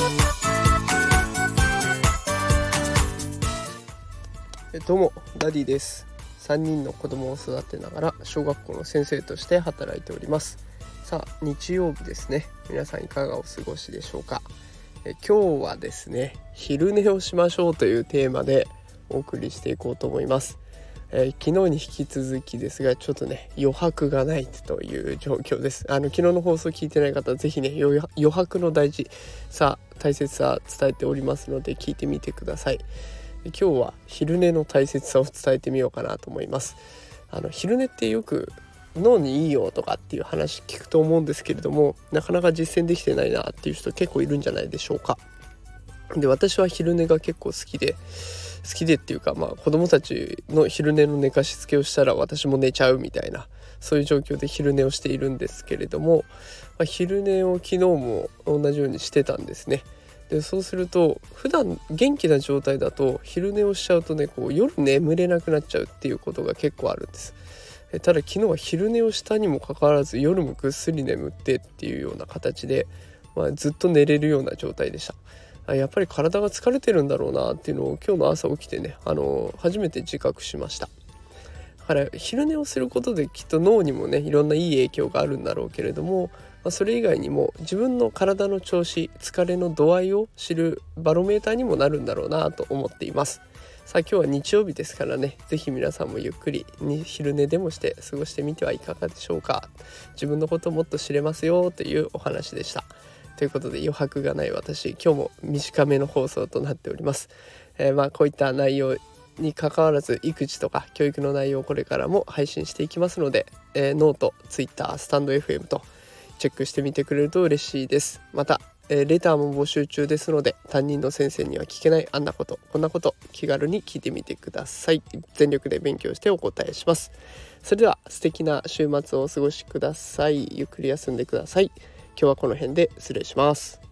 どうもダディです。3人の子供を育てながら小学校の先生として働いております。さあ日曜日ですね。皆さんいかがお過ごしでしょうか。今日はですね、昼寝をしましょうというテーマでお送りしていこうと思います。昨日に引き続きですが、ちょっとね余白がないという状況です。昨日の放送聞いてない方はぜひね、余白の大切さ伝えておりますので聞いてみてください。今日は昼寝の大切さを伝えてみようかなと思います。昼寝ってよく脳にいいよとかっていう話聞くと思うんですけれども、なかなか実践できてないなっていう人結構いるんじゃないでしょうか。で、私は昼寝が結構好きでっていうか、子供たちの昼寝の寝かしつけをしたら私も寝ちゃうみたいな、そういう状況で昼寝をしているんですけれども、昼寝を昨日も同じようにしてたんですね。でそうすると普段元気な状態だと昼寝をしちゃうとね、夜眠れなくなっちゃうっていうことが結構あるんです。ただ昨日は昼寝をしたにもかかわらず夜もぐっすり眠ってっていうような形で、ずっと寝れるような状態でした。やっぱり体が疲れてるんだろうなっていうのを今日の朝起きてね、初めて自覚しました。だから昼寝をすることできっと脳にもねいろんないい影響があるんだろうけれども、それ以外にも自分の体の調子、疲れの度合いを知るバロメーターにもなるんだろうなと思っています。さあ今日は日曜日ですからね、ぜひ皆さんもゆっくりに昼寝でもして過ごしてみてはいかがでしょうか。自分のことをもっと知れますよというお話でした。ということで余白がない私、今日も短めの放送となっております。こういった内容に関わらず育児とか教育の内容をこれからも配信していきますので、ノート、ツイッター、スタンド FM とチェックしてみてくれると嬉しいです。また、レターも募集中ですので、担任の先生には聞けないあんなことこんなこと気軽に聞いてみてください。全力で勉強してお答えします。それでは素敵な週末をお過ごしください。ゆっくり休んでください。今日はこの辺で失礼します。